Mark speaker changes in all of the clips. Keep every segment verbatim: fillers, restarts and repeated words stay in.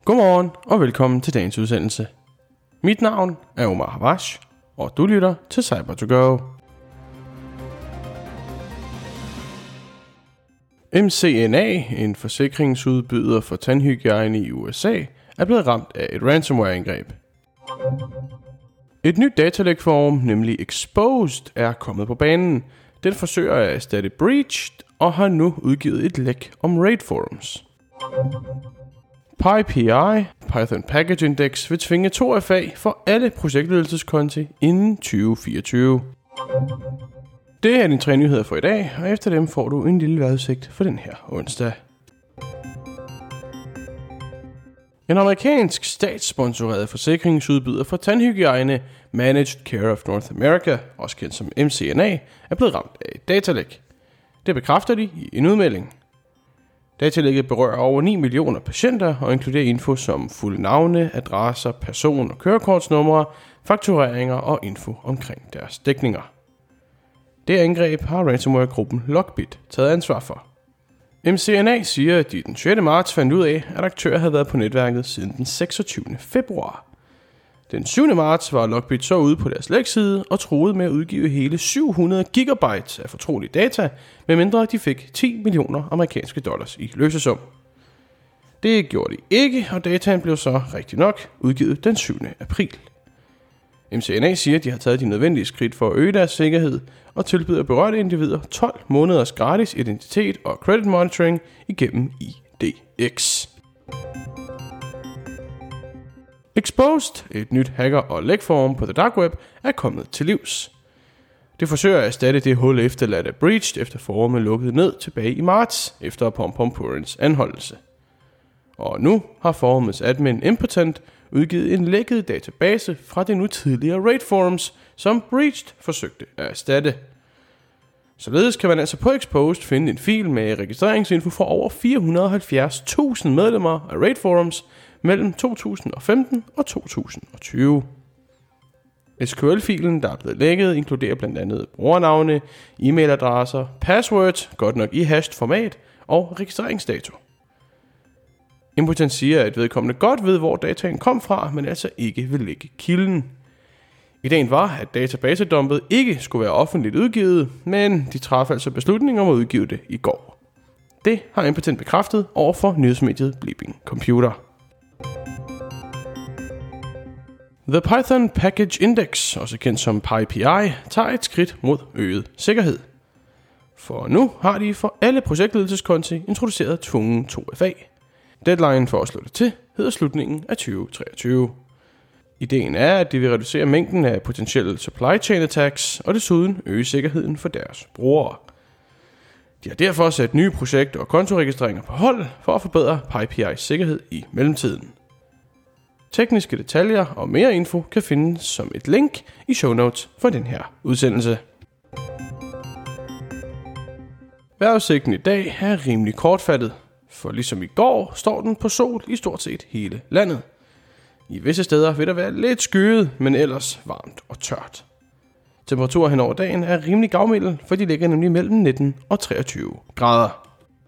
Speaker 1: Godmorgen og velkommen til dagens udsendelse. Mit navn er Omar Havash, og du lytter til Cyber to Go. M C N A, en forsikringsudbyder for tandhygiejne i U S A, er blevet ramt af et ransomware-angreb. Et nyt datalæk forum, nemlig Exposed, er kommet på banen. Den forsøger at erstatte Breached og har nu udgivet et læk om RAID forums. PyPI, Python Package Index, vil tvinge to F A for alle projektledelseskonti inden tyve fireogtyve. Det er dine tre nyheder for i dag, og efter dem får du en lille vejrudsigt for den her onsdag. En amerikansk statssponsoreret forsikringsudbyder for tandhygiejne, Managed Care of North America, også kendt som M C N A, er blevet ramt af et datalæk. Det bekræfter de i en udmelding. Datalækket berører over ni millioner patienter og inkluderer info som fulde navne, adresser, person- og kørekortsnumre, faktureringer og info omkring deres dækninger. Det angreb har ransomware-gruppen Lockbit taget ansvar for. M C N A siger, at de den sjette marts fandt ud af, at aktører havde været på netværket siden den seksogtyvende februar. Den syvende marts var Lockbit så ude på deres lækside og truede med at udgive hele syv hundrede gigabytes af fortrolige data, medmindre de fik ti millioner amerikanske dollars i løsesum. Det gjorde de ikke, og dataen blev så rigtig nok udgivet den syvende april. M C N A siger, at de har taget de nødvendige skridt for at øge deres sikkerhed og tilbyder berørte individer tolv måneders gratis identitet og credit monitoring igennem I D X. Exposed, et nyt hacker- og lækforum på The Dark Web, er kommet til livs. Det forsøger at erstatte det hul efterladt af Breached, efter forumet lukkede ned tilbage i marts efter PomPomPurins anholdelse. Og nu har forumets admin Impotent udgivet en lækket database fra det nu tidligere RAID forums, som Breached forsøgte at erstatte. Således kan man altså på Exposed finde en fil med registreringsinfo for over fire hundrede og halvfjerds tusind medlemmer af RAID forums mellem to tusind og femten og to tusind og tyve. S Q L-filen, der er blevet lækket, inkluderer blandt andet brugernavne, e-mailadresser, passwords, godt nok i hashed format, og registreringsdato. Impotent siger, at vedkommende godt ved, hvor dataen kom fra, men altså ikke vil lægge kilden. Ideen var, at databasedumpet ikke skulle være offentligt udgivet, men de traf altså beslutning om at udgive det i går. Det har Impotent bekræftet over for nyhedsmediet Bleeping Computer. The Python Package Index, også kendt som PyPI, tager et skridt mod øget sikkerhed. For nu har de for alle projektledelseskonti introduceret tvungen to F A. Deadline for at slå det til hedder slutningen af tyve treogtyve. Ideen er, at de vil reducere mængden af potentielle supply chain attacks og desuden øge sikkerheden for deres brugere. De har derfor sat nye projekt- og kontoregistreringer på hold for at forbedre PyPI's sikkerhed i mellemtiden. Tekniske detaljer og mere info kan findes som et link i show notes for den her udsendelse. Vejrudsigten i dag er rimelig kortfattet, for ligesom i går står den på sol i stort set hele landet. I visse steder vil der være lidt skyet, men ellers varmt og tørt. Temperaturen hen over dagen er rimelig gavmild, for de ligger nemlig mellem nitten og treogtyve grader.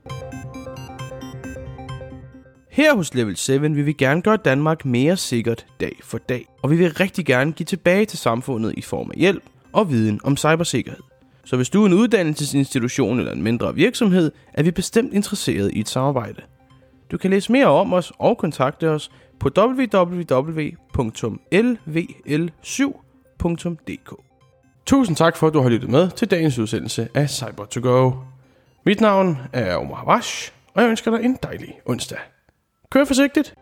Speaker 1: Her hos Level syv vil vi gerne gøre Danmark mere sikkert dag for dag, og vi vil rigtig gerne give tilbage til samfundet i form af hjælp og viden om cybersikkerhed. Så hvis du er en uddannelsesinstitution eller en mindre virksomhed, er vi bestemt interesseret i et samarbejde. Du kan læse mere om os og kontakte os på w w w punktum l v l syv punktum d k. Tusind tak for, at du har lyttet med til dagens udsendelse af Cyber to Go. Mit navn er Omar Havash, og jeg ønsker dig en dejlig onsdag. Kør forsigtigt!